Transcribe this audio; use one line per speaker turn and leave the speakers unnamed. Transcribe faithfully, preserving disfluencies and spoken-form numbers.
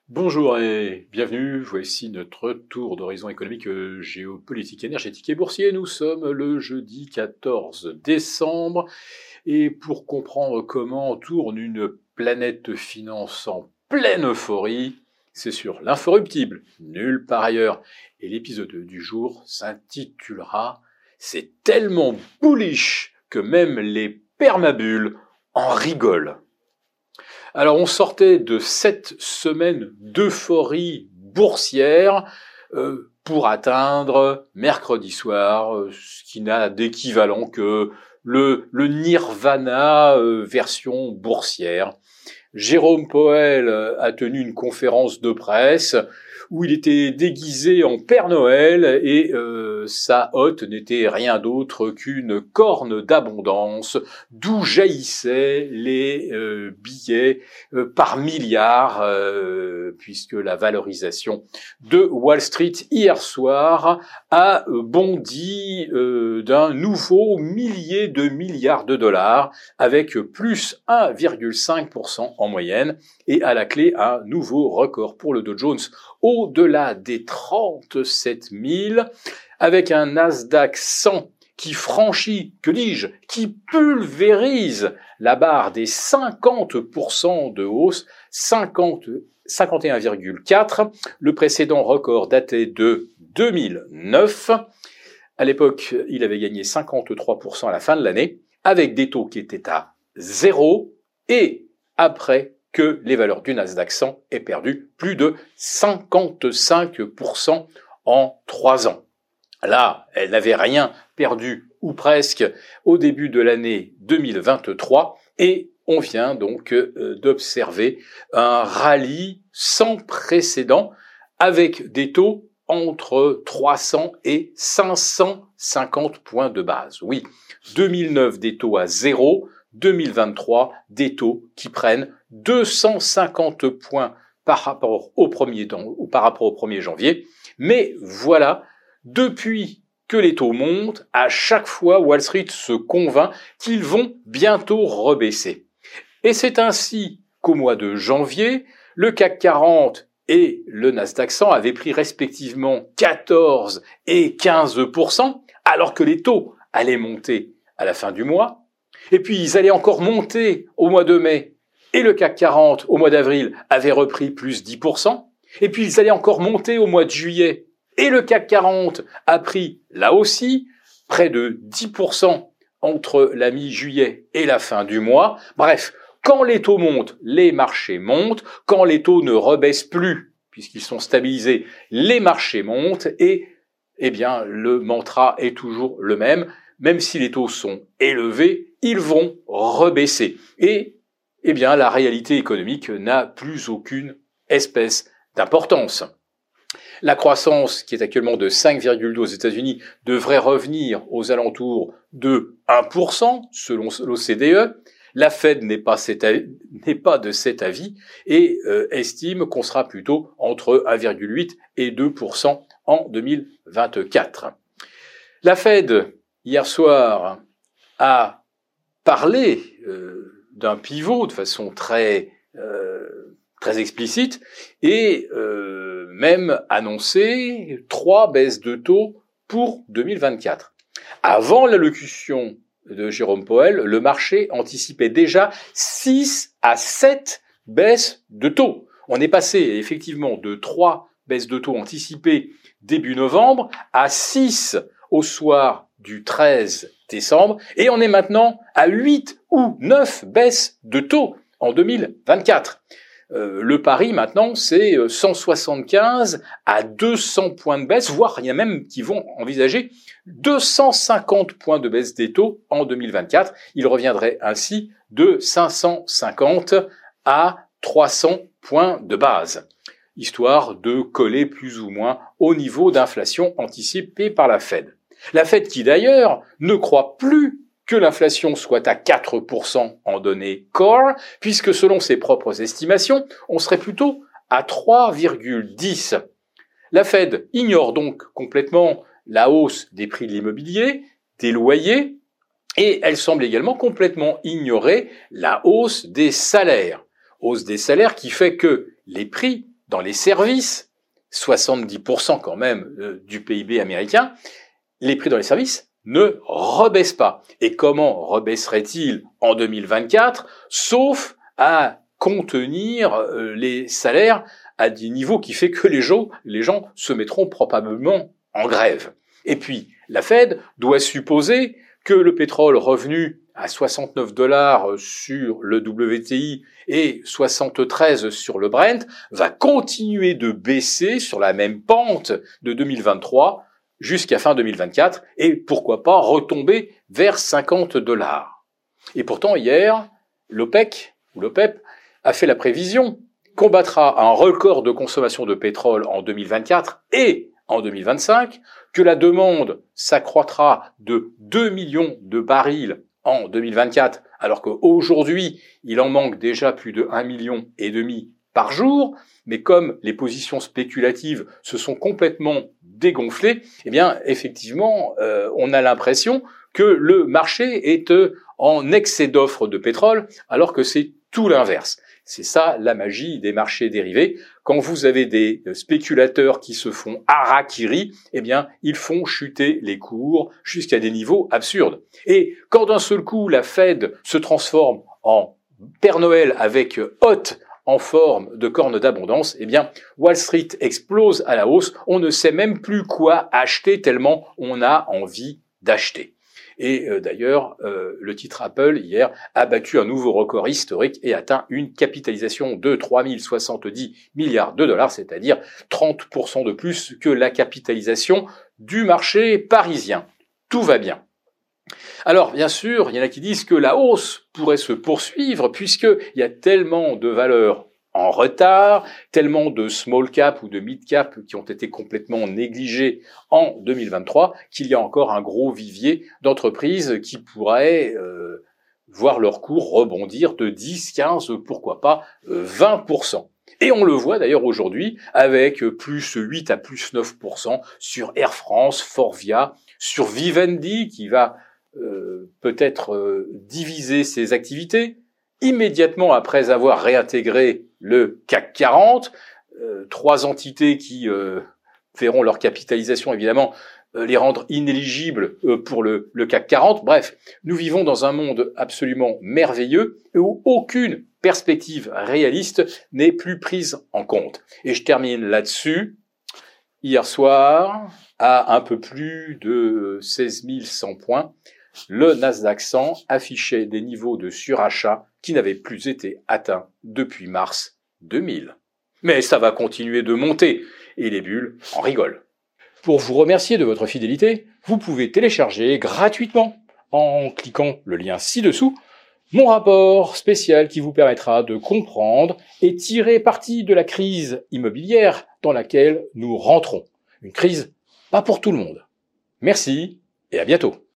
Bonjour et bienvenue, voici notre tour d'horizon économique, géopolitique, énergétique et boursier. Nous sommes le jeudi quatorze décembre et pour comprendre comment tourne une planète finance en pleine euphorie, c'est sur l'inforruptible, nulle part ailleurs. Et l'épisode du jour s'intitulera « C'est tellement bullish que même les permabules en rigolent ». Alors on sortait de sept semaines d'euphorie boursière euh, pour atteindre mercredi soir euh, ce qui n'a d'équivalent que le, le nirvana euh, version boursière. Jérôme Powell a tenu une conférence de presse où il était déguisé en Père Noël et euh, sa hotte n'était rien d'autre qu'une corne d'abondance d'où jaillissaient les euh, billets euh, par milliards, euh, puisque la valorisation de Wall Street hier soir a bondi euh, d'un nouveau millier de milliards de dollars avec plus un virgule cinq pour cent en moyenne et à la clé un nouveau record pour le Dow Jones au-delà des trente-sept mille, avec un Nasdaq cent qui franchit, que dis-je, qui pulvérise la barre des cinquante pour cent de hausse, cinquante, cinquante et un virgule quatre. Le précédent record datait de deux mille neuf. À l'époque, il avait gagné cinquante-trois pour cent à la fin de l'année, avec des taux qui étaient à zéro, et après que les valeurs du Nasdaq cent aient perdu plus de cinquante-cinq pour cent en trois ans. Là, elle n'avait rien perdu, ou presque, au début de l'année deux mille vingt-trois, et on vient donc euh, d'observer un rallye sans précédent, avec des taux entre trois cents et cinq cent cinquante points de base. Oui, deux mille neuf des taux à zéro, deux mille vingt-trois des taux qui prennent deux cent cinquante points par rapport au premier, ou par rapport au premier janvier. Mais voilà, depuis que les taux montent, à chaque fois Wall Street se convainc qu'ils vont bientôt rebaisser. Et c'est ainsi qu'au mois de janvier, le C A C quarante et le Nasdaq cent avaient pris respectivement quatorze et quinze pour cent, alors que les taux allaient monter à la fin du mois. Et puis ils allaient encore monter au mois de mai, et le C A C quarante au mois d'avril avait repris plus dix pour cent. Et puis ils allaient encore monter au mois de juillet, et le C A C quarante a pris là aussi près de dix pour cent entre la mi-juillet et la fin du mois. Bref, quand les taux montent, les marchés montent. Quand les taux ne rebaissent plus, puisqu'ils sont stabilisés, les marchés montent. Et eh bien, le mantra est toujours le même. Même si les taux sont élevés, ils vont rebaisser. Et eh bien, la réalité économique n'a plus aucune espèce d'importance. La croissance, qui est actuellement de cinq virgule deux aux États-Unis, devrait revenir aux alentours de un pour cent, selon l'O C D E. La Fed n'est pas, cet avis, n'est pas de cet avis et euh, estime qu'on sera plutôt entre un virgule huit et deux pour cent en deux mille vingt-quatre. La Fed, hier soir, a parlé euh, d'un pivot de façon très euh, très explicite et euh, même annoncé trois baisses de taux pour deux mille vingt-quatre. Avant l'allocution de Jérôme Powell, le marché anticipait déjà six à sept baisses de taux. On est passé effectivement de trois baisses de taux anticipées début novembre à six au soir du treize décembre, et on est maintenant à huit ou neuf baisses de taux en deux mille vingt-quatre. Euh, le pari maintenant, c'est cent soixante-quinze à deux cents points de baisse, voire il y a même qui vont envisager deux cent cinquante points de baisse des taux en deux mille vingt-quatre. Il reviendrait ainsi de cinq cent cinquante à trois cents points de base, histoire de coller plus ou moins au niveau d'inflation anticipé par la Fed. La Fed qui d'ailleurs ne croit plus que l'inflation soit à quatre pour cent en données core, puisque selon ses propres estimations, on serait plutôt à trois virgule dix. La Fed ignore donc complètement la hausse des prix de l'immobilier, des loyers, et elle semble également complètement ignorer la hausse des salaires. Hausse des salaires qui fait que les prix dans les services, soixante-dix pour cent quand même euh, du P I B américain, les prix dans les services ne rebaissent pas. Et comment rebaisseraient-ils en deux mille vingt-quatre, sauf à contenir euh, les salaires à des niveaux qui fait que les gens, les gens se mettront probablement en grève. Et puis, la Fed doit supposer que le pétrole revenu à soixante-neuf dollars sur le W T I et soixante-treize sur le Brent va continuer de baisser sur la même pente de deux mille vingt-trois jusqu'à fin deux mille vingt-quatre et pourquoi pas retomber vers cinquante dollars. Et pourtant, hier, l'OPEC, ou l'OPEP, a fait la prévision qu'on battra un record de consommation de pétrole en deux mille vingt-quatre et en deux mille vingt-cinq, que la demande s'accroîtra de deux millions de barils en deux mille vingt-quatre, alors qu'aujourd'hui, il en manque déjà plus de un million et demi par jour, mais comme les positions spéculatives se sont complètement dégonflées, eh bien, effectivement, euh, on a l'impression que le marché est euh, en excès d'offres de pétrole, alors que c'est tout l'inverse. C'est ça la magie des marchés dérivés. Quand vous avez des spéculateurs qui se font harakiri, eh bien, ils font chuter les cours jusqu'à des niveaux absurdes. Et quand d'un seul coup, la Fed se transforme en Père Noël avec hôte en forme de corne d'abondance, eh bien, Wall Street explose à la hausse. On ne sait même plus quoi acheter tellement on a envie d'acheter. Et euh, d'ailleurs, euh, le titre Apple, hier, a battu un nouveau record historique et atteint une capitalisation de trois mille soixante-dix milliards de dollars, c'est-à-dire trente pour cent de plus que la capitalisation du marché parisien. Tout va bien. Alors, bien sûr, il y en a qui disent que la hausse pourrait se poursuivre puisqu'il y a tellement de valeurs en retard, tellement de small cap ou de mid cap qui ont été complètement négligés en deux mille vingt-trois qu'il y a encore un gros vivier d'entreprises qui pourraient euh, voir leur cours rebondir de dix, quinze, pourquoi pas vingt pour cent. Et on le voit d'ailleurs aujourd'hui avec plus huit à plus neuf pour cent sur Air France, Forvia, sur Vivendi qui va euh, peut-être euh, diviser ses activités. Immédiatement après avoir réintégré le C A C quarante, euh, trois entités qui euh, verront leur capitalisation évidemment euh, les rendre inéligibles euh, pour le, le C A C quarante. Bref, nous vivons dans un monde absolument merveilleux où aucune perspective réaliste n'est plus prise en compte. Et je termine là-dessus. Hier soir, à un peu plus de seize mille cent points, le Nasdaq cent affichait des niveaux de surachat qui n'avaient plus été atteints depuis mars deux mille. Mais ça va continuer de monter, et les bulles en rigolent. Pour vous remercier de votre fidélité, vous pouvez télécharger gratuitement, en cliquant le lien ci-dessous, mon rapport spécial qui vous permettra de comprendre et tirer parti de la crise immobilière dans laquelle nous rentrons. Une crise pas pour tout le monde. Merci et à bientôt.